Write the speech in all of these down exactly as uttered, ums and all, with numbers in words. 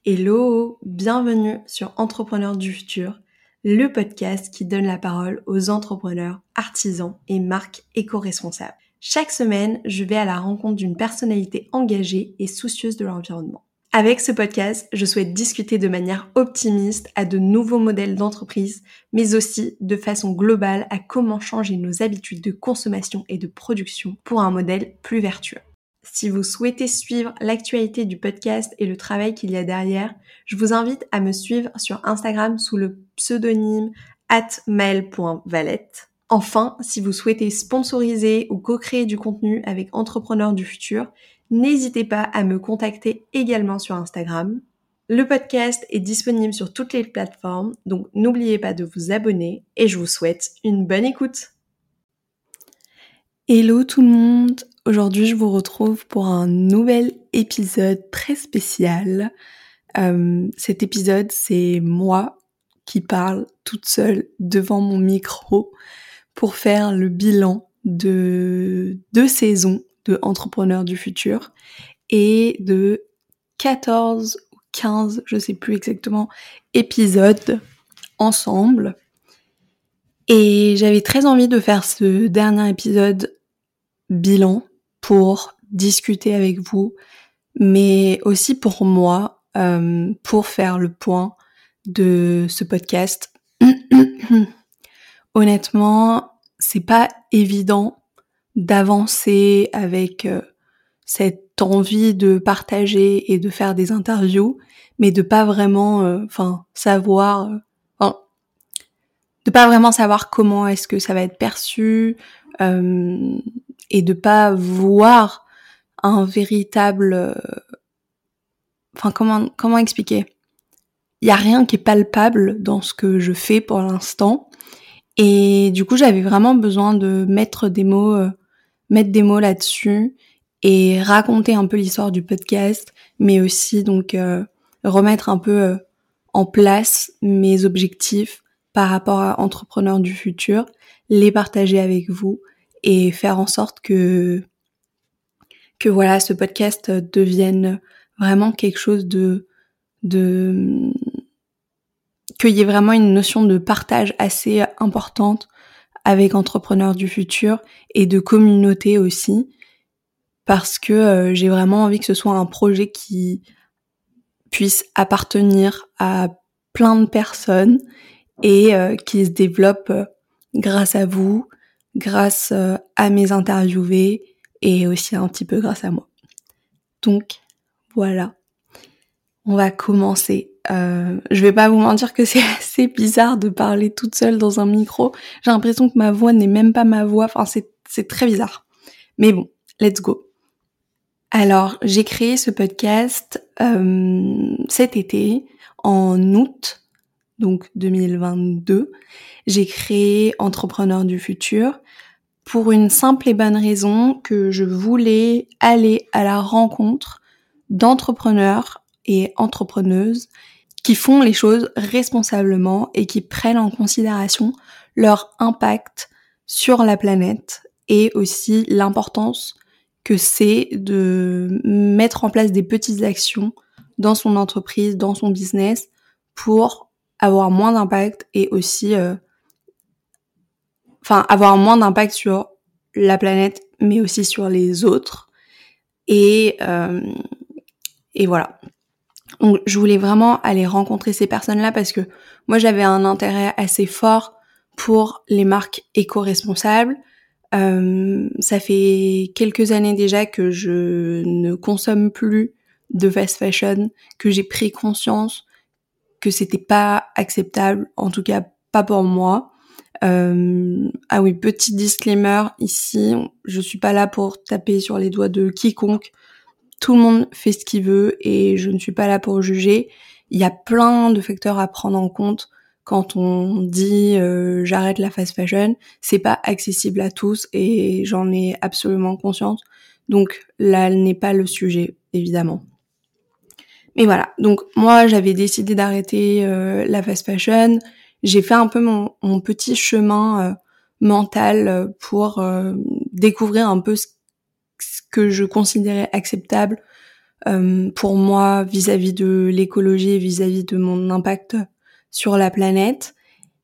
Hello, bienvenue sur Entrepreneurs du futur, le podcast qui donne la parole aux entrepreneurs, artisans et marques éco-responsables. Chaque semaine, je vais à la rencontre d'une personnalité engagée et soucieuse de l'environnement. Avec ce podcast, je souhaite discuter de manière optimiste à de nouveaux modèles d'entreprise, mais aussi de façon globale à comment changer nos habitudes de consommation et de production pour un modèle plus vertueux. Si vous souhaitez suivre l'actualité du podcast et le travail qu'il y a derrière, je vous invite à me suivre sur Instagram sous le pseudonyme arobase maëlle point valette. Enfin, si vous souhaitez sponsoriser ou co-créer du contenu avec Entrepreneurs du futur, n'hésitez pas à me contacter également sur Instagram. Le podcast est disponible sur toutes les plateformes, donc n'oubliez pas de vous abonner et je vous souhaite une bonne écoute. Hello tout le monde, aujourd'hui je vous retrouve pour un nouvel épisode très spécial. Euh, cet épisode c'est moi qui parle toute seule devant mon micro pour faire le bilan de deux saisons de Entrepreneurs du futur et de quatorze ou quinze, je sais plus exactement, épisodes ensemble. Et j'avais très envie de faire ce dernier épisode bilan pour discuter avec vous, mais aussi pour moi, euh, pour faire le point de ce podcast. Honnêtement, c'est pas évident d'avancer avec euh, cette envie de partager et de faire des interviews, mais de pas vraiment, euh, enfin, savoir, euh, enfin, de pas vraiment savoir comment est-ce que ça va être perçu, euh, et de pas voir un véritable, euh, enfin, comment comment expliquer ? Il y a rien qui est palpable dans ce que je fais pour l'instant, et du coup, j'avais vraiment besoin de mettre des mots, euh, mettre des mots là-dessus et raconter un peu l'histoire du podcast, mais aussi donc euh, remettre un peu euh, en place mes objectifs par rapport à Entrepreneurs du futur, les partager avec vous et faire en sorte que que voilà, ce podcast devienne vraiment quelque chose de de qu'il y ait vraiment une notion de partage assez importante avec Entrepreneurs du futur et de communauté aussi, parce que euh, j'ai vraiment envie que ce soit un projet qui puisse appartenir à plein de personnes et euh, qui se développe euh, grâce à vous, grâce euh, à mes interviewés et aussi un petit peu grâce à moi. Donc voilà, on va commencer. Euh, je vais pas vous mentir que c'est assez bizarre de parler toute seule dans un micro. J'ai l'impression que ma voix n'est même pas ma voix. Enfin, c'est c'est très bizarre. Mais bon, let's go. Alors, j'ai créé ce podcast euh, cet été, en août, donc deux mille vingt-deux. J'ai créé Entrepreneurs du futur pour une simple et bonne raison que je voulais aller à la rencontre d'entrepreneurs et entrepreneuses qui font les choses responsablement et qui prennent en considération leur impact sur la planète et aussi l'importance que c'est de mettre en place des petites actions dans son entreprise, dans son business pour avoir moins d'impact et aussi euh, enfin avoir moins d'impact sur la planète mais aussi sur les autres et euh, et voilà. Donc je voulais vraiment aller rencontrer ces personnes-là parce que moi j'avais un intérêt assez fort pour les marques éco-responsables. Euh, ça fait quelques années déjà que je ne consomme plus de fast fashion, que j'ai pris conscience que c'était pas acceptable, en tout cas pas pour moi. Euh, ah oui, petit disclaimer ici, je suis pas là pour taper sur les doigts de quiconque. Tout le monde fait ce qu'il veut et je ne suis pas là pour juger. Il y a plein de facteurs à prendre en compte quand on dit euh, j'arrête la fast fashion. C'est pas accessible à tous et j'en ai absolument conscience. Donc là n'est pas le sujet, évidemment. Mais voilà, donc moi j'avais décidé d'arrêter euh, la fast fashion. J'ai fait un peu mon, mon petit chemin euh, mental pour euh, découvrir un peu ce, ce que je considérais acceptable euh, pour moi vis-à-vis de l'écologie et vis-à-vis de mon impact sur la planète.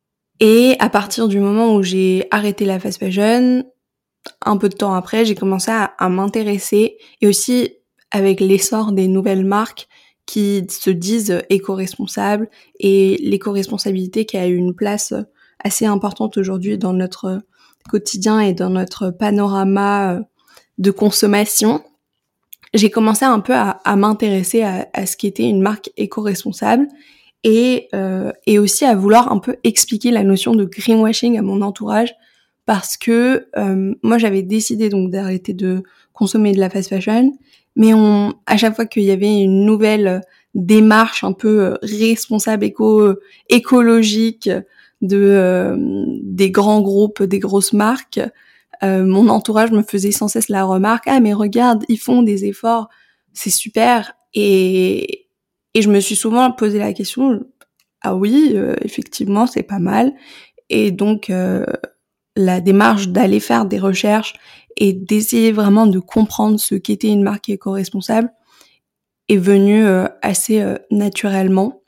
Et à partir du moment où j'ai arrêté la fast fashion, un peu de temps après, j'ai commencé à, à m'intéresser, et aussi avec l'essor des nouvelles marques qui se disent éco-responsables, et l'éco-responsabilité qui a eu une place assez importante aujourd'hui dans notre quotidien et dans notre panorama de consommation. J'ai commencé un peu à, à m'intéresser à, à ce qu'était une marque éco-responsable, et, euh, et aussi à vouloir un peu expliquer la notion de greenwashing à mon entourage, parce que euh, moi j'avais décidé donc d'arrêter de consommer de la fast fashion, mais on, à chaque fois qu'il y avait une nouvelle démarche un peu responsable, éco, écologique de euh, des grands groupes, des grosses marques, euh, mon entourage me faisait sans cesse la remarque: ah mais regarde, ils font des efforts, c'est super. Et et je me suis souvent posé la question: ah oui, euh, effectivement c'est pas mal. Et donc euh, la démarche d'aller faire des recherches et d'essayer vraiment de comprendre ce qu'était une marque éco-responsable est venue euh, assez euh, naturellement.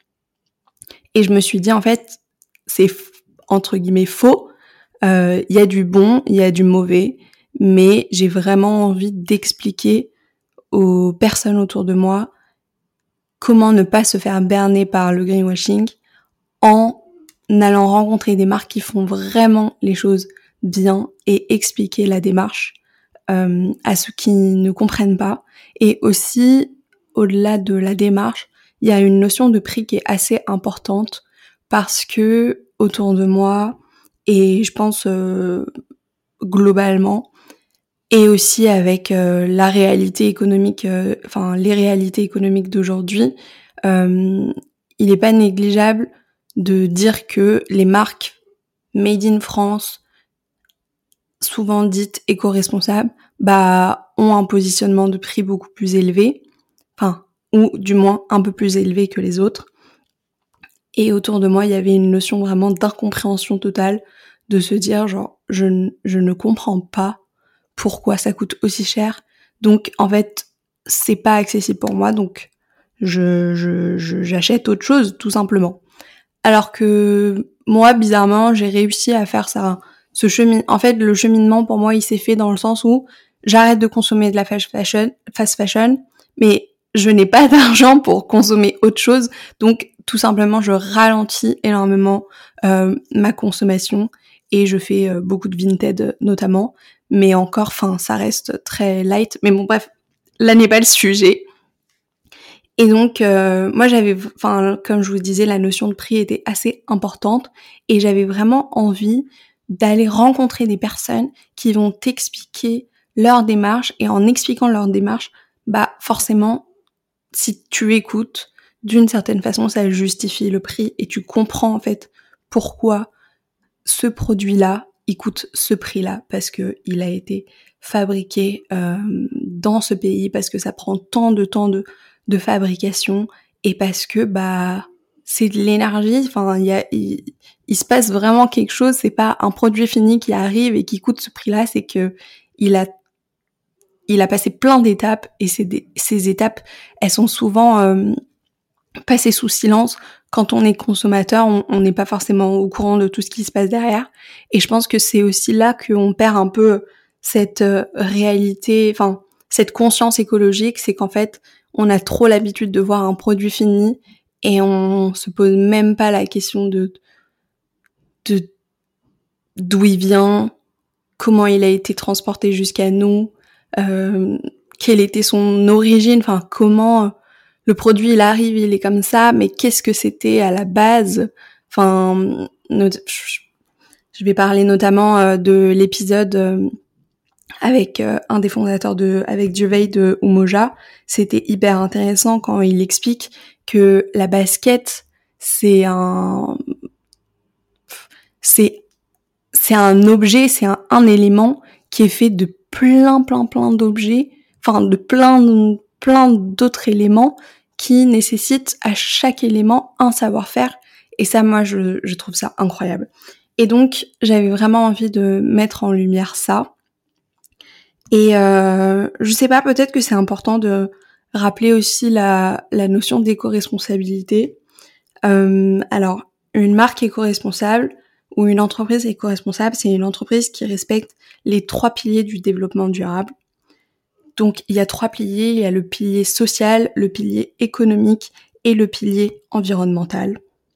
Et je me suis dit, en fait, c'est f- entre guillemets faux. Il euh, y a du bon, il y a du mauvais, mais j'ai vraiment envie d'expliquer aux personnes autour de moi comment ne pas se faire berner par le greenwashing en allant rencontrer des marques qui font vraiment les choses bien, et expliquer la démarche euh, à ceux qui ne comprennent pas. Et aussi, au-delà de la démarche, il y a une notion de prix qui est assez importante, parce que autour de moi, et je pense euh, globalement, et aussi avec euh, la réalité économique, euh, enfin les réalités économiques d'aujourd'hui, euh, il n'est pas négligeable de dire que les marques made in France, souvent dites éco-responsables, bah ont un positionnement de prix beaucoup plus élevé, enfin, ou du moins un peu plus élevé que les autres. Et autour de moi, il y avait une notion vraiment d'incompréhension totale, de se dire genre, je, je ne comprends pas pourquoi ça coûte aussi cher. Donc en fait, c'est pas accessible pour moi, donc je, je, je j'achète autre chose tout simplement. Alors que moi, bizarrement, j'ai réussi à faire ça, ce chemin. En fait, le cheminement pour moi, il s'est fait dans le sens où j'arrête de consommer de la fast fashion, fast fashion, mais je n'ai pas d'argent pour consommer autre chose, donc tout simplement, je ralentis énormément euh, ma consommation, et je fais euh, beaucoup de Vinted notamment, mais encore, enfin, ça reste très light. Mais bon, bref, là n'est pas le sujet. Et donc, euh, moi, j'avais, enfin, comme je vous disais, la notion de prix était assez importante, et j'avais vraiment envie d'aller rencontrer des personnes qui vont t'expliquer leur démarche, et en expliquant leur démarche, bah forcément, si tu écoutes, d'une certaine façon, ça justifie le prix, et tu comprends en fait pourquoi ce produit-là, il coûte ce prix-là, parce que il a été fabriqué euh, dans ce pays, parce que ça prend tant de temps de, de fabrication, et parce que bah c'est de l'énergie. Enfin, il y a, il, il se passe vraiment quelque chose. C'est pas un produit fini qui arrive et qui coûte ce prix-là. C'est que il a il a passé plein d'étapes, et ces, ces étapes, elles sont souvent euh, passées sous silence. Quand on est consommateur, on n'est pas forcément au courant de tout ce qui se passe derrière. Et je pense que c'est aussi là qu'on perd un peu cette euh, réalité, enfin cette conscience écologique, c'est qu'en fait, on a trop l'habitude de voir un produit fini, et on se pose même pas la question de, de d'où il vient, comment il a été transporté jusqu'à nous, euh, quelle était son origine, enfin comment le produit il arrive, il est comme ça, mais qu'est-ce que c'était à la base. Enfin, je vais parler notamment euh, de l'épisode euh, avec euh, un des fondateurs de, avec Gervais de Umoja. C'était hyper intéressant quand il explique que la basket, c'est un, c'est, c'est un objet, c'est un, un élément qui est fait de plein, plein, plein d'objets, enfin de plein, plein d'autres éléments qui nécessitent à chaque élément un savoir-faire. Et ça, moi, je, je trouve ça incroyable. Et donc, j'avais vraiment envie de mettre en lumière ça. Et euh, je sais pas, peut-être que c'est important de rappeler aussi la, la notion d'éco-responsabilité. Euh, alors, une marque éco-responsable ou une entreprise éco-responsable, c'est une entreprise qui respecte les trois piliers du développement durable. Donc, il y a trois piliers. Il y a le pilier social, le pilier économique et le pilier environnemental.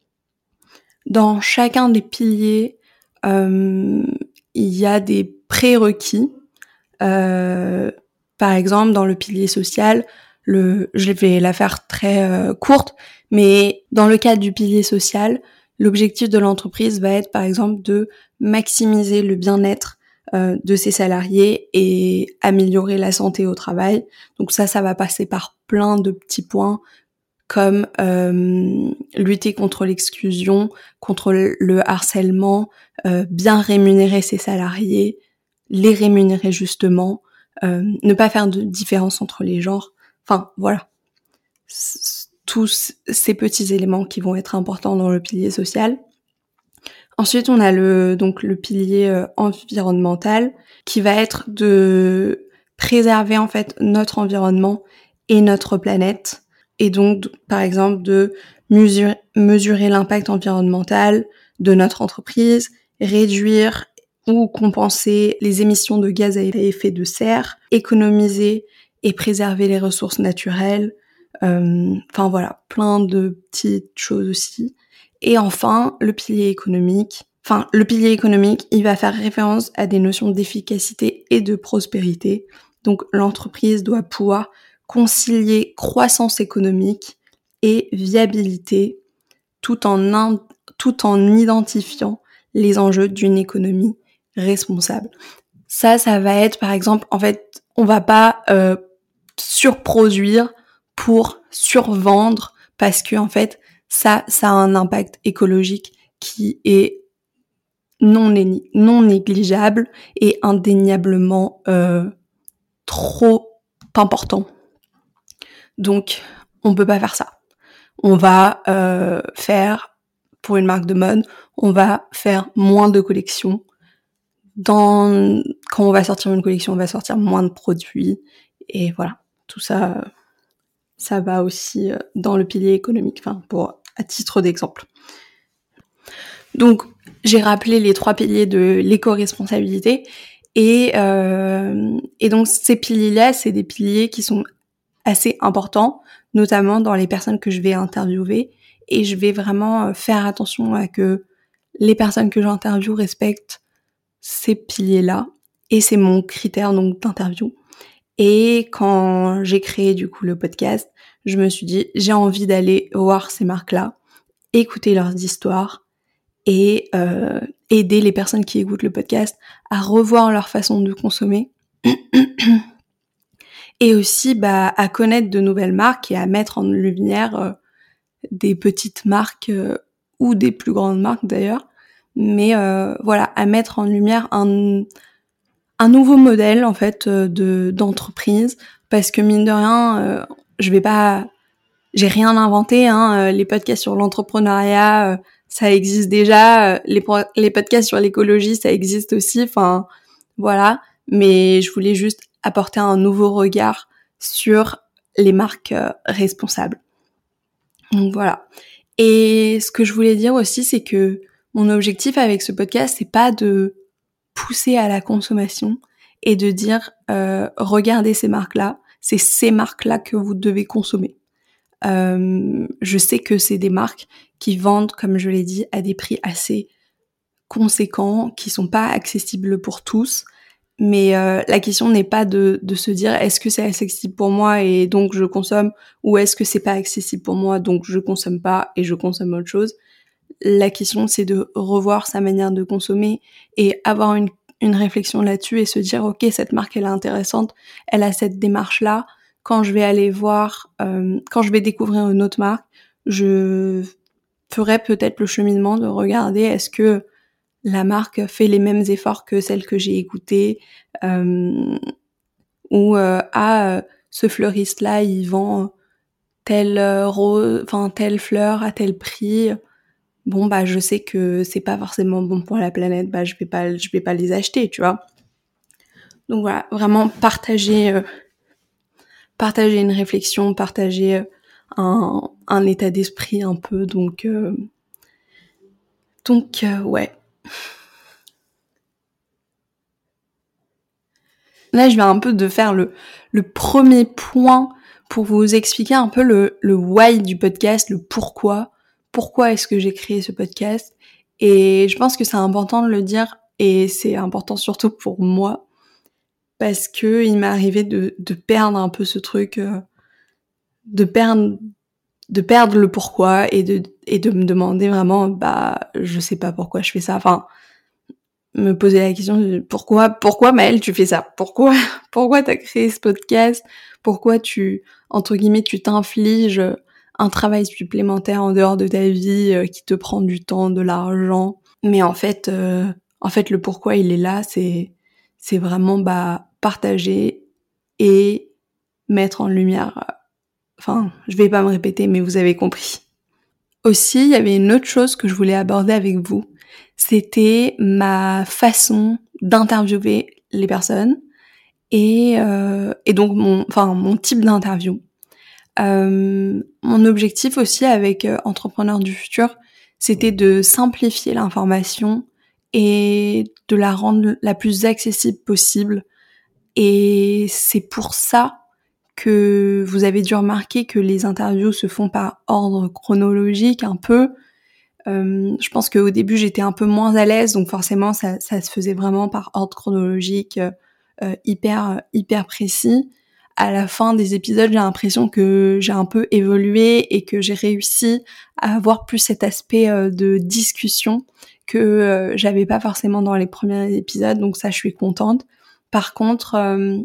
Dans chacun des piliers, euh, il y a des prérequis. Euh, par exemple, dans le pilier social, le, je vais la faire très euh, courte, mais dans le cadre du pilier social, l'objectif de l'entreprise va être, par exemple, de maximiser le bien-être euh, de ses salariés et améliorer la santé au travail. Donc ça, ça va passer par plein de petits points comme euh, lutter contre l'exclusion, contre le harcèlement, euh, bien rémunérer ses salariés, les rémunérer justement, euh, ne pas faire de différence entre les genres. Enfin, voilà. C- tous ces petits éléments qui vont être importants dans le pilier social. Ensuite, on a le donc le pilier euh, environnemental qui va être de préserver en fait notre environnement et notre planète et donc par exemple de mesurer, mesurer l'impact environnemental de notre entreprise, réduire ou compenser les émissions de gaz à effet de serre, économiser et préserver les ressources naturelles. Euh, enfin voilà, plein de petites choses aussi. Et enfin, le pilier économique. Enfin, le pilier économique, il va faire référence à des notions d'efficacité et de prospérité. Donc, l'entreprise doit pouvoir concilier croissance économique et viabilité tout en, in- tout en identifiant les enjeux d'une économie responsable. Ça, ça va être, par exemple, en fait, on va pas euh, surproduire pour survendre parce que, en fait, ça, ça a un impact écologique qui est non, né- non négligeable et indéniablement euh, trop important. Donc, on peut pas faire ça. On va euh, faire, pour une marque de mode, on va faire moins de collections. Dans, quand on va sortir une collection, on va sortir moins de produits. Et voilà, tout ça, ça va aussi dans le pilier économique, enfin, pour, à titre d'exemple. Donc, j'ai rappelé les trois piliers de l'éco-responsabilité. Et, euh, et donc, ces piliers-là, c'est des piliers qui sont assez importants, notamment dans les personnes que je vais interviewer. Et je vais vraiment faire attention à que les personnes que j'interviewe respectent ces piliers-là. Et c'est mon critère donc d'interview. Et quand j'ai créé du coup le podcast, je me suis dit, j'ai envie d'aller voir ces marques-là, écouter leurs histoires et euh, aider les personnes qui écoutent le podcast à revoir leur façon de consommer et aussi bah, à connaître de nouvelles marques et à mettre en lumière euh, des petites marques euh, ou des plus grandes marques d'ailleurs, mais euh, voilà, à mettre en lumière un, un nouveau modèle en fait euh, de d'entreprise parce que mine de rien, euh, je vais pas, j'ai rien inventé, hein, euh, les podcasts sur l'entrepreneuriat, euh, ça existe déjà, euh, les, les podcasts sur l'écologie, ça existe aussi, enfin voilà, mais je voulais juste apporter un nouveau regard sur les marques euh, responsables. Donc voilà. Et ce que je voulais dire aussi, c'est que mon objectif avec ce podcast, c'est pas de pousser à la consommation et de dire euh, regardez ces marques-là, c'est ces marques-là que vous devez consommer. Euh, je sais que c'est des marques qui vendent, comme je l'ai dit, à des prix assez conséquents, qui sont pas accessibles pour tous. Mais euh, la question n'est pas de, de se dire est-ce que c'est accessible pour moi et donc je consomme, ou est-ce que c'est pas accessible pour moi donc je consomme pas et je consomme autre chose. La question c'est de revoir sa manière de consommer et avoir une, une réflexion là-dessus et se dire ok, cette marque elle est intéressante, elle a cette démarche là. Quand je vais aller voir, euh, quand je vais découvrir une autre marque, je ferai peut-être le cheminement de regarder est-ce que la marque fait les mêmes efforts que celle que j'ai écoutée, euh, ou euh, ah, ce fleuriste-là, il vend telle rose, enfin telle fleur à tel prix. Bon bah je sais que c'est pas forcément bon pour la planète, bah je vais pas, je vais pas les acheter, tu vois. Donc voilà, vraiment partager, euh, partager une réflexion, partager un, un état d'esprit un peu. Donc, euh, donc euh, ouais. Là, je viens un peu de faire le, le premier point pour vous expliquer un peu le, le why du podcast, le pourquoi. Pourquoi est-ce que j'ai créé ce podcast? Et je pense que c'est important de le dire, et c'est important surtout pour moi, parce que il m'est arrivé de, de perdre un peu ce truc, euh, de perdre, de perdre le pourquoi, et de, et de me demander vraiment, bah, je sais pas pourquoi je fais ça. Enfin, me poser la question de pourquoi, pourquoi Maëlle tu fais ça? Pourquoi, pourquoi t'as créé ce podcast? Pourquoi tu, entre guillemets, tu t'infliges un travail supplémentaire en dehors de ta vie euh, qui te prend du temps, de l'argent? Mais en fait, euh, en fait, le pourquoi il est là, c'est, c'est vraiment bah partager et mettre en lumière. Enfin, je vais pas me répéter, mais vous avez compris. Aussi, il y avait une autre chose que je voulais aborder avec vous. C'était ma façon d'interviewer les personnes et, euh, et donc mon, enfin, mon type d'interview. Euh, mon objectif aussi avec euh, Entrepreneurs du futur, c'était de simplifier l'information et de la rendre la plus accessible possible. Et c'est pour ça que vous avez dû remarquer que les interviews se font par ordre chronologique un peu. Euh, je pense qu'au début j'étais un peu moins à l'aise, donc forcément ça, ça se faisait vraiment par ordre chronologique, euh, hyper hyper précis. À la fin des épisodes, j'ai l'impression que j'ai un peu évolué et que j'ai réussi à avoir plus cet aspect euh, de discussion que euh, j'avais pas forcément dans les premiers épisodes, donc ça je suis contente. Par contre, euh,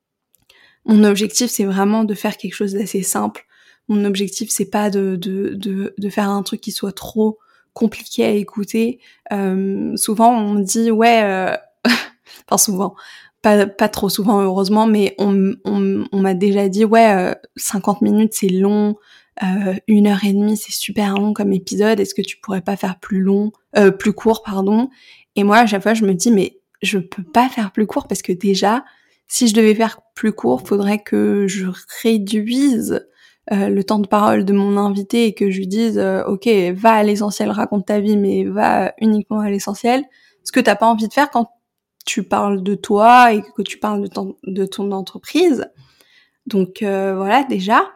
mon objectif c'est vraiment de faire quelque chose d'assez simple. Mon objectif c'est pas de, de, de, de faire un truc qui soit trop compliqué à écouter. Euh, souvent on me dit ouais, euh... enfin souvent, pas pas trop souvent heureusement, mais on on, on m'a déjà dit ouais, euh, cinquante minutes c'est long, euh, une heure et demie c'est super long comme épisode. Est-ce que tu pourrais pas faire plus long, euh, plus court pardon? Et moi à chaque fois je me dis mais je peux pas faire plus court parce que déjà si je devais faire plus court, faudrait que je réduise Euh, le temps de parole de mon invité et que je lui dise euh, ok, va à l'essentiel, raconte ta vie, mais va uniquement à l'essentiel, ce que t'as pas envie de faire quand tu parles de toi et que tu parles de ton, de ton entreprise. Donc euh, voilà déjà.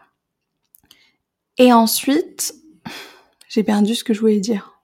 Et ensuite, j'ai perdu ce que je voulais dire.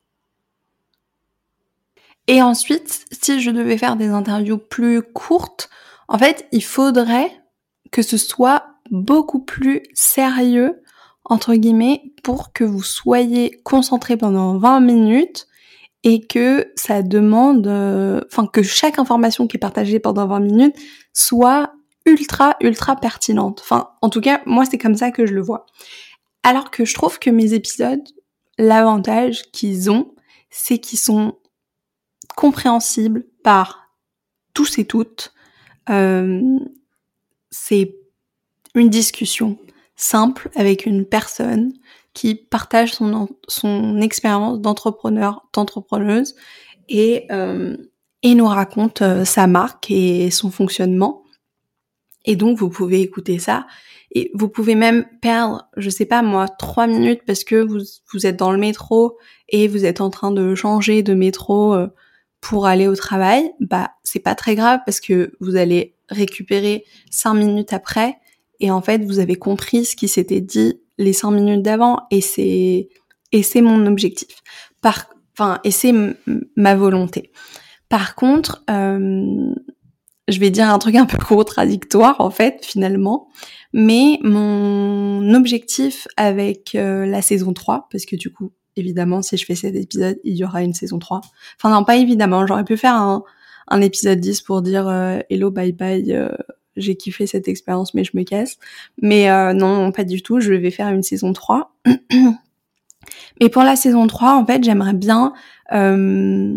Et ensuite, si je devais faire des interviews plus courtes, en fait, il faudrait que ce soit beaucoup plus sérieux, entre guillemets, pour que vous soyez concentrés pendant vingt minutes et que ça demande, euh, enfin que chaque information qui est partagée pendant vingt minutes soit ultra, ultra pertinente. Enfin, en tout cas, moi c'est comme ça que je le vois. Alors que je trouve que mes épisodes, l'avantage qu'ils ont, c'est qu'ils sont compréhensibles par tous et toutes. Euh, c'est une discussion simple avec une personne qui partage son, son expérience d'entrepreneur, d'entrepreneuse et, euh, et nous raconte euh, sa marque et son fonctionnement. Et donc, vous pouvez écouter ça et vous pouvez même perdre, je sais pas moi, trois minutes parce que vous, vous êtes dans le métro et vous êtes en train de changer de métro euh, pour aller au travail. Bah, c'est pas très grave parce que vous allez récupérer cinq minutes après et en fait, vous avez compris ce qui s'était dit les cinq minutes d'avant et c'est, et c'est mon objectif. Par, enfin, et c'est m- ma volonté. Par contre, euh, je vais dire un truc un peu contradictoire en fait finalement, mais mon objectif avec euh, la saison trois, parce que du coup, évidemment, si je fais cet épisode, il y aura une saison trois. Enfin non, pas évidemment, j'aurais pu faire un, un épisode dix pour dire euh, hello, bye bye, euh, j'ai kiffé cette expérience mais je me casse. Mais euh, non, pas du tout, je vais faire une saison trois. Et pour la saison trois, en fait, j'aimerais bien euh,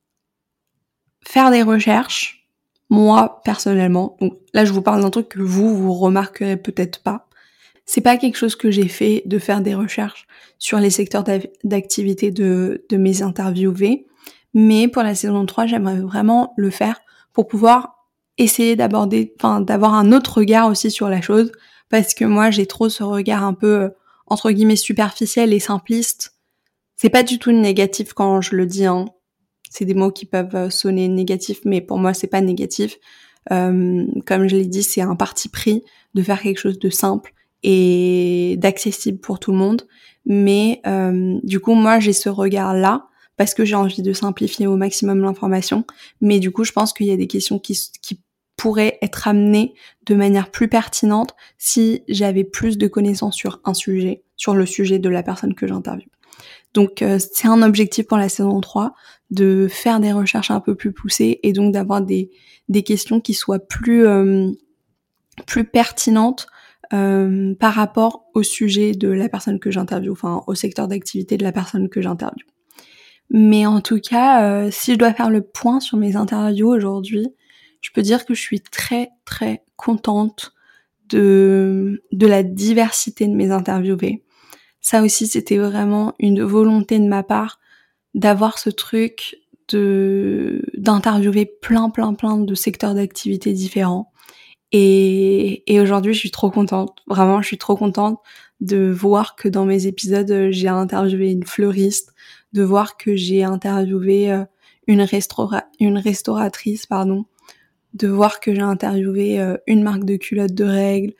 faire des recherches, moi, personnellement. Donc là, je vous parle d'un truc que vous, vous remarquerez peut-être pas. C'est pas quelque chose que j'ai fait de faire des recherches sur les secteurs d'activité de, de mes interviewés. Mais pour la saison trois, j'aimerais vraiment le faire pour pouvoir essayer d'aborder, enfin, d'avoir un autre regard aussi sur la chose, parce que moi j'ai trop ce regard un peu euh, entre guillemets superficiel et simpliste. C'est pas du tout négatif quand je le dis, hein. C'est des mots qui peuvent sonner négatifs, mais pour moi c'est pas négatif. Euh, comme je l'ai dit, c'est un parti pris de faire quelque chose de simple et d'accessible pour tout le monde. Mais euh, du coup, moi j'ai ce regard-là parce que j'ai envie de simplifier au maximum l'information. Mais du coup, je pense qu'il y a des questions qui, qui pourraient être amenées de manière plus pertinente si j'avais plus de connaissances sur un sujet, sur le sujet de la personne que j'interviewe. Donc euh, c'est un objectif pour la saison trois, de faire des recherches un peu plus poussées et donc d'avoir des, des questions qui soient plus, euh, plus pertinentes euh, par rapport au sujet de la personne que j'interviewe, enfin au secteur d'activité de la personne que j'interviewe. Mais en tout cas, euh, si je dois faire le point sur mes interviews aujourd'hui, je peux dire que je suis très très contente de, de la diversité de mes interviewés. Ça aussi, c'était vraiment une volonté de ma part d'avoir ce truc de d'interviewer plein plein plein de secteurs d'activité différents. Et, et aujourd'hui, je suis trop contente. Vraiment, je suis trop contente de voir que dans mes épisodes, j'ai interviewé une fleuriste, de voir que j'ai interviewé une, restaura- une restauratrice, pardon, de voir que j'ai interviewé une marque de culottes de règles.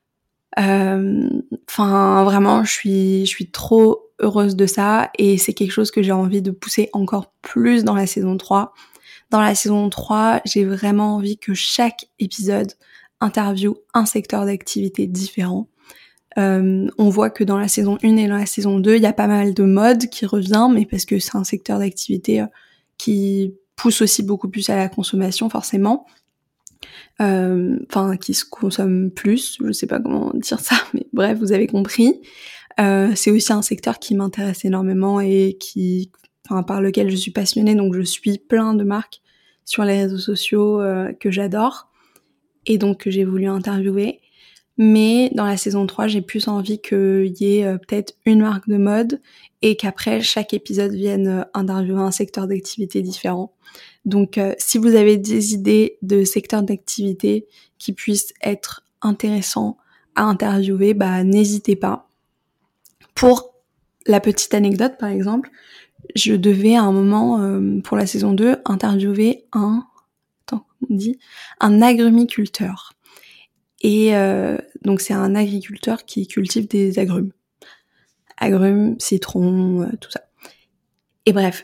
Enfin, euh, vraiment, je suis, je suis trop heureuse de ça et c'est quelque chose que j'ai envie de pousser encore plus dans la saison trois. Dans la saison trois, j'ai vraiment envie que chaque épisode interviewe un secteur d'activité différent. Euh, on voit que dans la saison un et dans la saison deux, il y a pas mal de mode qui revient, mais parce que c'est un secteur d'activité qui pousse aussi beaucoup plus à la consommation, forcément. Enfin, euh, qui se consomme plus, je sais pas comment dire ça, mais bref, vous avez compris. Euh, c'est aussi un secteur qui m'intéresse énormément et qui, enfin, par lequel je suis passionnée, donc je suis plein de marques sur les réseaux sociaux euh, que j'adore et donc que j'ai voulu interviewer. Mais dans la saison trois, j'ai plus envie qu'il y ait euh, peut-être une marque de mode et qu'après, chaque épisode vienne euh, interviewer un secteur d'activité différent. Donc, euh, si vous avez des idées de secteurs d'activité qui puissent être intéressants à interviewer, bah n'hésitez pas. Pour la petite anecdote, par exemple, je devais à un moment, euh, pour la saison deux, interviewer un, attends, on dit, un agrumiculteur. Et euh, donc c'est un agriculteur qui cultive des agrumes. Agrumes, citrons, euh, tout ça. Et bref,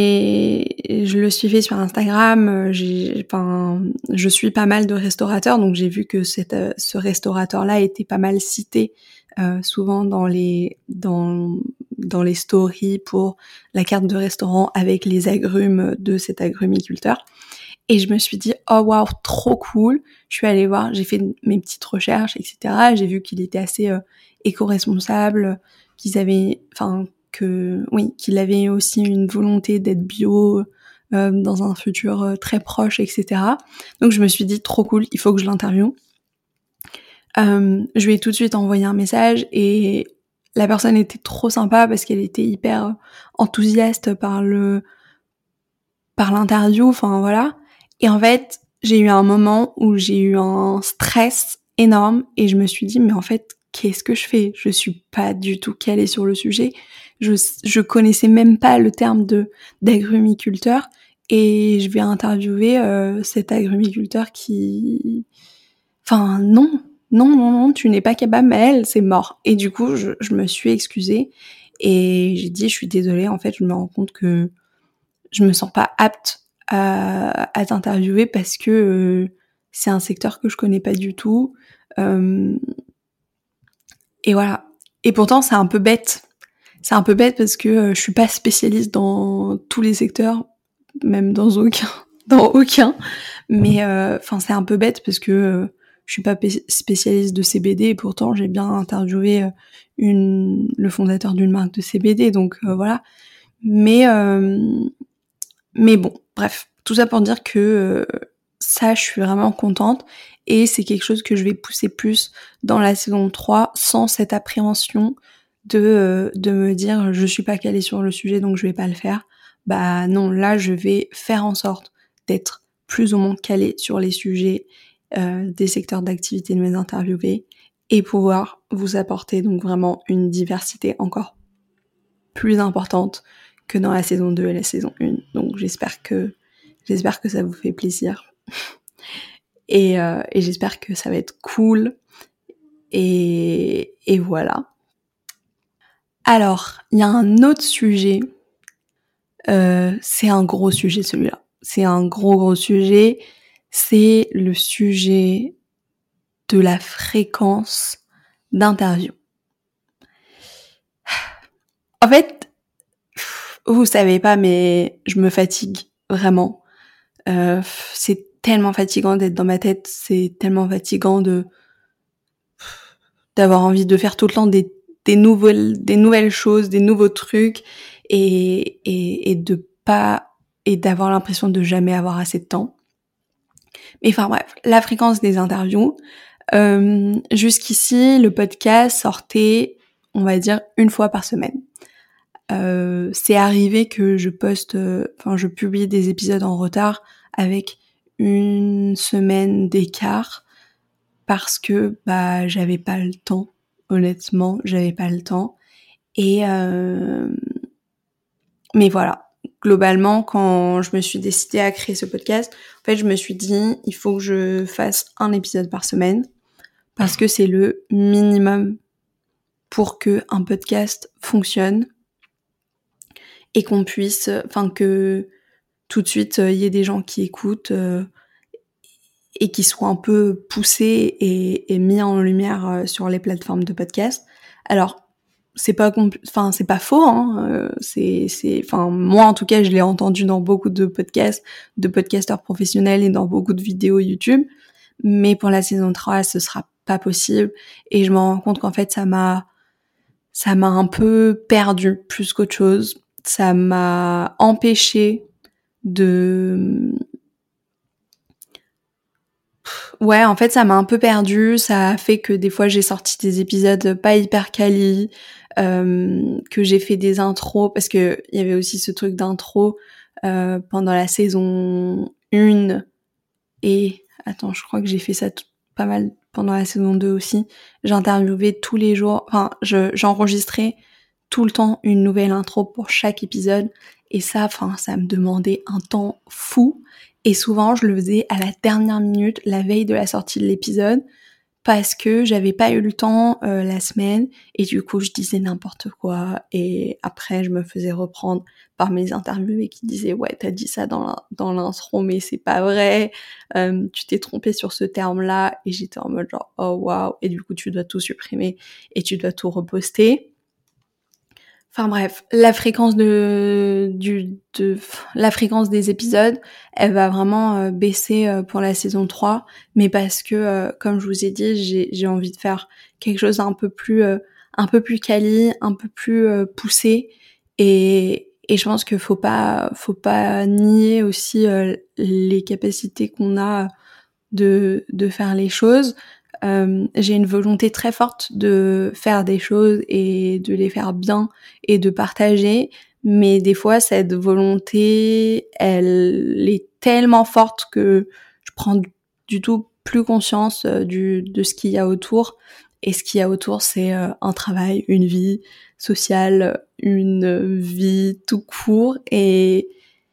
et je le suivais sur Instagram, j'ai, enfin, je suis pas mal de restaurateurs, donc j'ai vu que cette, ce restaurateur-là était pas mal cité euh, souvent dans les, dans, dans les stories pour la carte de restaurant avec les agrumes de cet agrumiculteur. Et je me suis dit, oh waouh, trop cool. Je suis allée voir, j'ai fait mes petites recherches, et cetera. J'ai vu qu'il était assez euh, éco-responsable, qu'ils avaient, enfin, que, oui, qu'il avait aussi une volonté d'être bio euh, dans un futur euh, très proche, et cetera. Donc je me suis dit, trop cool, il faut que je l'interviewe. Euh, je lui ai tout de suite envoyé un message et la personne était trop sympa parce qu'elle était hyper enthousiaste par le, par l'interview, enfin voilà. Et en fait, j'ai eu un moment où j'ai eu un stress énorme et je me suis dit, mais en fait, qu'est-ce que je fais? Je suis pas du tout calée sur le sujet. Je, je connaissais même pas le terme de d'agrumiculteur et je vais interviewer euh, cet agrumiculteur qui... Enfin, non, non, non, non, tu n'es pas capable, mais elle, c'est mort. Et du coup, je, je me suis excusée et j'ai dit, je suis désolée, en fait, je me rends compte que je me sens pas apte à, à t'interviewer parce que euh, c'est un secteur que je connais pas du tout. Euh, et voilà. Et pourtant, c'est un peu bête. C'est un peu bête parce que euh, je suis pas spécialiste dans tous les secteurs, même dans aucun, dans aucun. Mais enfin, euh, c'est un peu bête parce que euh, je suis pas spécialiste de C B D et pourtant j'ai bien interviewé euh, une, le fondateur d'une marque de C B D. Donc euh, voilà. Mais euh, Mais bon, bref, tout ça pour dire que euh, ça, je suis vraiment contente et c'est quelque chose que je vais pousser plus dans la saison trois sans cette appréhension de euh, de me dire je suis pas calée sur le sujet donc je vais pas le faire. Bah non, là je vais faire en sorte d'être plus ou moins calée sur les sujets euh, des secteurs d'activité de mes interviewés et pouvoir vous apporter donc vraiment une diversité encore plus importante que dans la saison deux et la saison un. Donc j'espère que j'espère que ça vous fait plaisir. Et, euh, et j'espère que ça va être cool. Et, et voilà. Alors, il y a un autre sujet. Euh, c'est un gros sujet celui-là. C'est un gros gros sujet. C'est le sujet de la fréquence d'interview. En fait, vous savez pas, mais je me fatigue vraiment. Euh, c'est tellement fatigant d'être dans ma tête. C'est tellement fatigant de d'avoir envie de faire tout le temps des des nouvelles des nouvelles choses, des nouveaux trucs et et et de pas et d'avoir l'impression de jamais avoir assez de temps. Mais enfin bref, la fréquence des interviews. Euh, jusqu'ici, le podcast sortait, on va dire, une fois par semaine. Euh, c'est arrivé que je poste, enfin, euh, je publie des épisodes en retard avec une semaine d'écart parce que bah j'avais pas le temps. Honnêtement, j'avais pas le temps. Et euh... mais voilà. Globalement, quand je me suis décidée à créer ce podcast, en fait, je me suis dit, il faut que je fasse un épisode par semaine parce que c'est le minimum pour que un podcast fonctionne et qu'on puisse, enfin que tout de suite il y ait des gens qui écoutent euh, et qui soient un peu poussés et, et mis en lumière euh, sur les plateformes de podcast. Alors c'est pas compl- enfin c'est pas faux, hein, euh, c'est c'est, enfin moi en tout cas je l'ai entendu dans beaucoup de podcasts, de podcasteurs professionnels et dans beaucoup de vidéos YouTube. Mais pour la saison trois, ce sera pas possible et je me rends compte qu'en fait ça m'a ça m'a un peu perdu plus qu'autre chose. Ça m'a empêché de... Ouais, en fait, ça m'a un peu perdu. Ça a fait que des fois, j'ai sorti des épisodes pas hyper quali, euh, que j'ai fait des intros, parce que il y avait aussi ce truc d'intro euh, pendant la saison un. Et... Attends, je crois que j'ai fait ça tout, pas mal pendant la saison deux aussi. J'interviewais tous les jours... Enfin, je, j'enregistrais tout le temps une nouvelle intro pour chaque épisode. Et ça, enfin, ça me demandait un temps fou. Et souvent, je le faisais à la dernière minute, la veille de la sortie de l'épisode, parce que j'avais pas eu le temps euh, la semaine. Et du coup, je disais n'importe quoi. Et après, je me faisais reprendre par mes interviewés qui disaient « Ouais, t'as dit ça dans, la, dans l'intro, mais c'est pas vrai. Euh, tu t'es trompé sur ce terme-là. » Et j'étais en mode genre « Oh, waouh !» Et du coup, tu dois tout supprimer et tu dois tout reposter. Enfin bref, la fréquence de, du, de, la fréquence des épisodes, elle va vraiment euh, baisser euh, pour la saison trois, mais parce que, euh, comme je vous ai dit, j'ai, j'ai envie de faire quelque chose d'un peu plus, euh, un peu plus quali, un peu plus euh, poussé, et, et je pense qu'il faut pas, faut pas nier aussi euh, les capacités qu'on a de, de faire les choses. Euh, j'ai une volonté très forte de faire des choses et de les faire bien et de partager, mais des fois cette volonté, elle est tellement forte que je prends du tout plus conscience euh, du, de ce qu'il y a autour. Et ce qu'il y a autour, c'est euh, un travail, une vie sociale, une vie tout court. Et,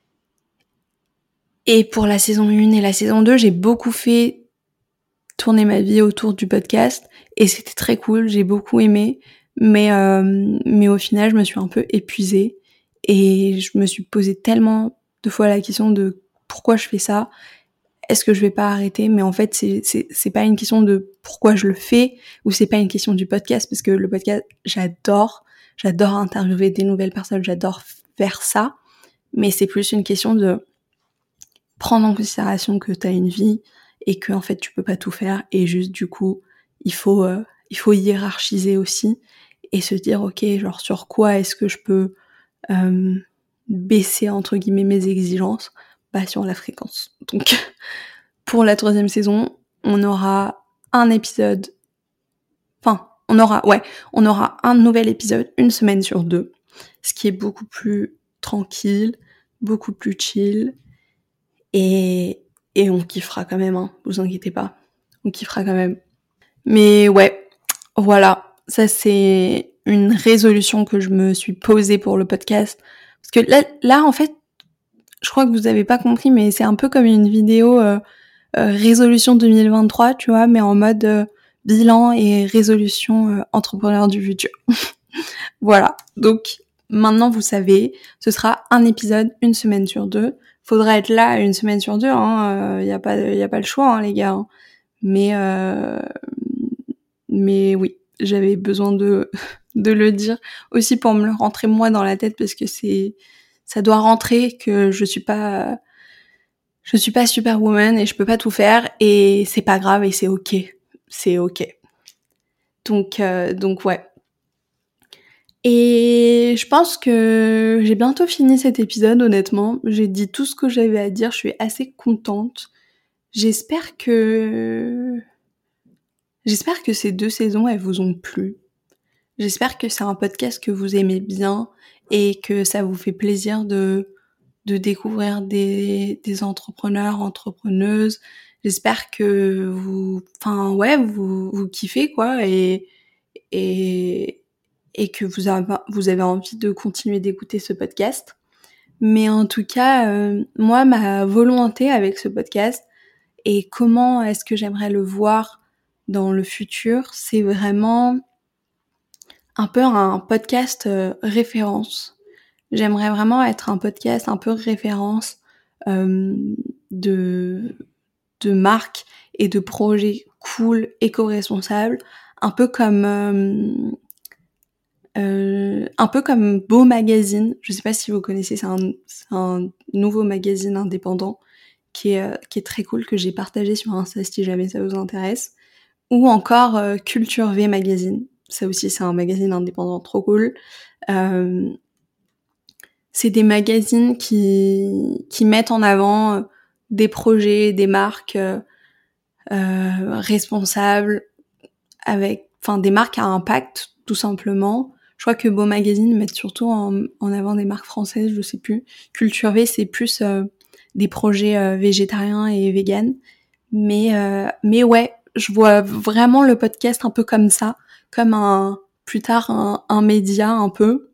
et pour la saison un et la saison deux, j'ai beaucoup fait tourner ma vie autour du podcast et c'était très cool, j'ai beaucoup aimé, mais euh, mais au final je me suis un peu épuisée et je me suis posé tellement de fois la question de pourquoi je fais ça, est-ce que je vais pas arrêter, mais en fait c'est c'est c'est pas une question de pourquoi je le fais ou c'est pas une question du podcast parce que le podcast j'adore, j'adore interviewer des nouvelles personnes, j'adore faire ça, mais c'est plus une question de prendre en considération que t'as une vie et que en fait tu peux pas tout faire et juste du coup il faut euh, il faut hiérarchiser aussi et se dire ok genre sur quoi est-ce que je peux euh, baisser entre guillemets mes exigences, bah sur la fréquence. Donc pour la troisième saison on aura un épisode, enfin on aura ouais on aura un nouvel épisode une semaine sur deux, ce qui est beaucoup plus tranquille, beaucoup plus chill et et on kiffera quand même, hein, vous inquiétez pas. On kiffera quand même. Mais ouais, Voilà, ça c'est une résolution que je me suis posée pour le podcast. Parce que là, là en fait, je crois que vous avez pas compris, mais c'est un peu comme une vidéo euh, euh, résolution deux mille vingt-trois, tu vois, mais en mode euh, bilan et résolution euh, entrepreneur du futur. Voilà, donc maintenant vous savez, ce sera un épisode une semaine sur deux. Faudra être là une semaine sur deux, hein, euh, y a pas, y a pas le choix, hein, les gars. Hein. Mais euh, mais oui, j'avais besoin de de le dire aussi pour me le rentrer moi dans la tête parce que c'est ça doit rentrer que je suis pas je suis pas superwoman et je peux pas tout faire et c'est pas grave et c'est ok, c'est ok. Donc euh, donc ouais. Et je pense que j'ai bientôt fini cet épisode, honnêtement. J'ai dit tout ce que j'avais à dire, je suis assez contente. J'espère que... J'espère que ces deux saisons, elles vous ont plu. J'espère que c'est un podcast que vous aimez bien et que ça vous fait plaisir de, de découvrir des, des entrepreneurs, entrepreneuses. J'espère que vous... Enfin, ouais, vous, vous kiffez, quoi, et... et et que vous avez, vous avez envie de continuer d'écouter ce podcast. Mais en tout cas, euh, moi, ma volonté avec ce podcast et comment est-ce que j'aimerais le voir dans le futur, c'est vraiment un peu un podcast euh, référence. J'aimerais vraiment être un podcast un peu référence euh, de, de marques et de projets cool, éco-responsables, un peu comme... Euh, Euh, un peu comme Beau Magazine, je sais pas si vous connaissez, c'est un, c'est un nouveau magazine indépendant qui est, euh, qui est très cool, que j'ai partagé sur Insta si jamais ça vous intéresse. Ou encore euh, Culture V Magazine, ça aussi c'est un magazine indépendant trop cool. Euh, c'est des magazines qui, qui mettent en avant euh, des projets, des marques euh, euh, responsables, avec, enfin des marques à impact tout simplement. Je crois que Beau Magazine met surtout en, en avant des marques françaises, je sais plus. Culture V, c'est plus euh, des projets euh, végétariens et véganes. Mais euh, mais ouais, je vois vraiment le podcast un peu comme ça, comme un plus tard un, un média un peu.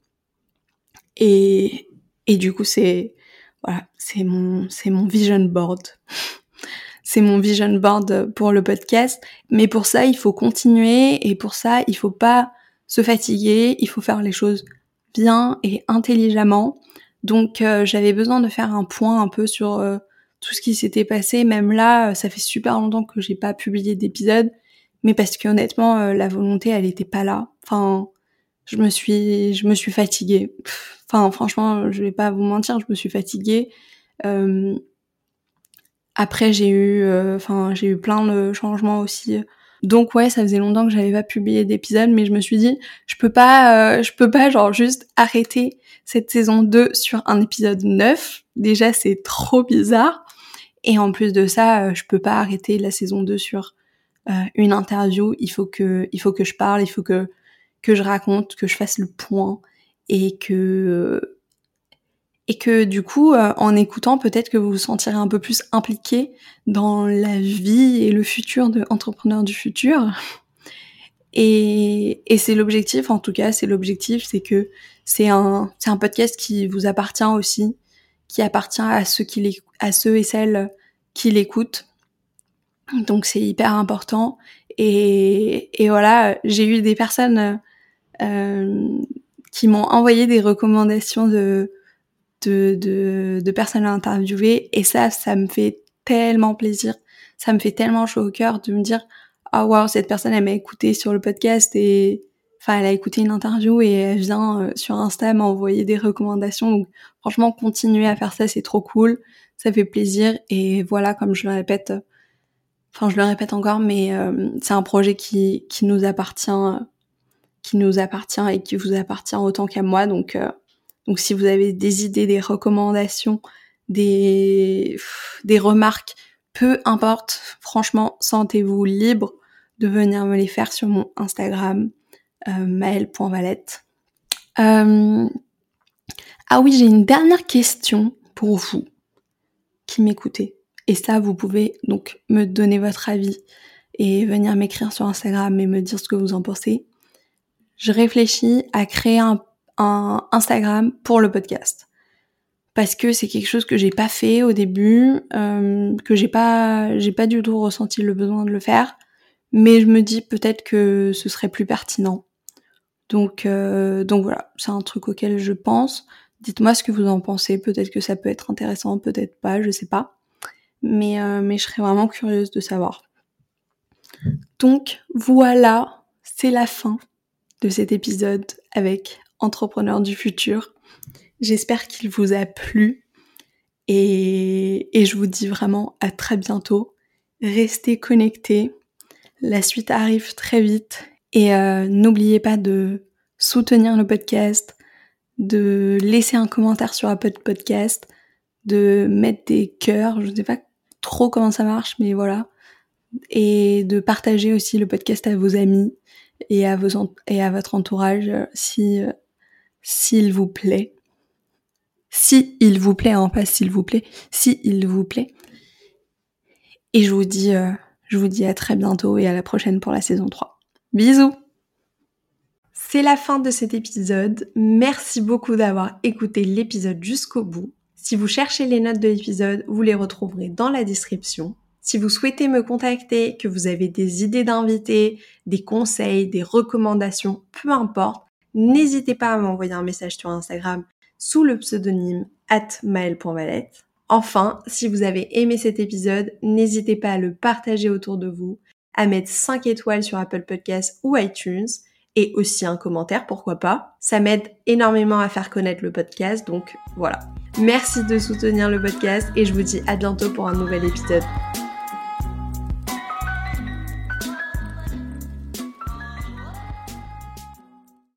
Et et du coup c'est voilà, c'est mon c'est mon vision board. C'est mon vision board pour le podcast. Mais pour ça, il faut continuer et pour ça, il faut pas se fatiguer, il faut faire les choses bien et intelligemment. Donc euh, j'avais besoin de faire un point un peu sur euh, tout ce qui s'était passé. Même là, ça fait super longtemps que j'ai pas publié d'épisode, mais parce que honnêtement, euh, la volonté, elle était pas là. Enfin, je me suis, je me suis fatiguée. Enfin, franchement, je vais pas vous mentir, je me suis fatiguée. Euh, après, j'ai eu, enfin, euh, j'ai eu plein de changements aussi. Donc ouais, ça faisait longtemps que j'avais pas publié d'épisode, mais je me suis dit, je peux pas, euh, je peux pas genre juste arrêter cette saison deux sur un épisode neuf. Déjà, c'est trop bizarre. Et en plus de ça, euh, je peux pas arrêter la saison deux sur euh, une interview. Il faut que, il faut que je parle, il faut que que je raconte, que je fasse le point et que et que du coup, euh, en écoutant, peut-être que vous vous sentirez un peu plus impliqué dans la vie et le futur de Entrepreneurs du futur. Et, et c'est l'objectif, en tout cas, c'est l'objectif, c'est que c'est un, c'est un podcast qui vous appartient aussi, qui appartient à ceux qui l'éc- à ceux et celles qui l'écoutent. Donc c'est hyper important. Et, et voilà, j'ai eu des personnes euh, qui m'ont envoyé des recommandations de de, de, de personnes à interviewer. Et ça, ça me fait tellement plaisir. Ça me fait tellement chaud au cœur de me dire, ah oh, waouh, cette personne, elle m'a écouté sur le podcast et, enfin, elle a écouté une interview et elle vient euh, sur Insta m'envoyer des recommandations. Donc, franchement, continuer à faire ça, c'est trop cool. Ça fait plaisir. Et voilà, comme je le répète, enfin, je le répète encore, mais euh, c'est un projet qui, qui nous appartient, qui nous appartient et qui vous appartient autant qu'à moi. Donc, euh, donc si vous avez des idées, des recommandations, des, des remarques, peu importe, franchement, sentez-vous libre de venir me les faire sur mon Instagram, euh, maëlle point valette. Euh... Ah oui, j'ai une dernière question pour vous qui m'écoutez. Et ça, vous pouvez donc me donner votre avis et venir m'écrire sur Instagram et me dire ce que vous en pensez. Je réfléchis à créer un, un Instagram pour le podcast. Parce que c'est quelque chose que j'ai pas fait au début, euh, que j'ai pas, j'ai pas du tout ressenti le besoin de le faire. Mais je me dis peut-être que ce serait plus pertinent. Donc, euh, donc voilà, c'est un truc auquel je pense. Dites-moi ce que vous en pensez. Peut-être que ça peut être intéressant, peut-être pas, je sais pas. Mais, euh, mais je serais vraiment curieuse de savoir. Donc voilà, c'est la fin de cet épisode avec Entrepreneur du futur. J'espère qu'il vous a plu et, et je vous dis vraiment à très bientôt. Restez connectés, la suite arrive très vite et euh, n'oubliez pas de soutenir le podcast, de laisser un commentaire sur Apple Podcast, de mettre des cœurs, je ne sais pas trop comment ça marche, mais voilà, et de partager aussi le podcast à vos amis et à, vos en- et à votre entourage si euh, s'il vous plaît. Si il vous plaît, hein, pas s'il vous plaît, si il vous plaît. Et je vous dis, euh, je vous dis à très bientôt et à la prochaine pour la saison trois. Bisous! C'est la fin de cet épisode. Merci beaucoup d'avoir écouté l'épisode jusqu'au bout. Si vous cherchez les notes de l'épisode, vous les retrouverez dans la description. Si vous souhaitez me contacter, que vous avez des idées d'invités, des conseils, des recommandations, peu importe, n'hésitez pas à m'envoyer un message sur Instagram sous le pseudonyme arobase maëlle point valette. Enfin, si vous avez aimé cet épisode, n'hésitez pas à le partager autour de vous, à mettre cinq étoiles sur Apple Podcasts ou iTunes, et aussi un commentaire, pourquoi pas. Ça m'aide énormément à faire connaître le podcast, donc voilà. Merci de soutenir le podcast et je vous dis à bientôt pour un nouvel épisode.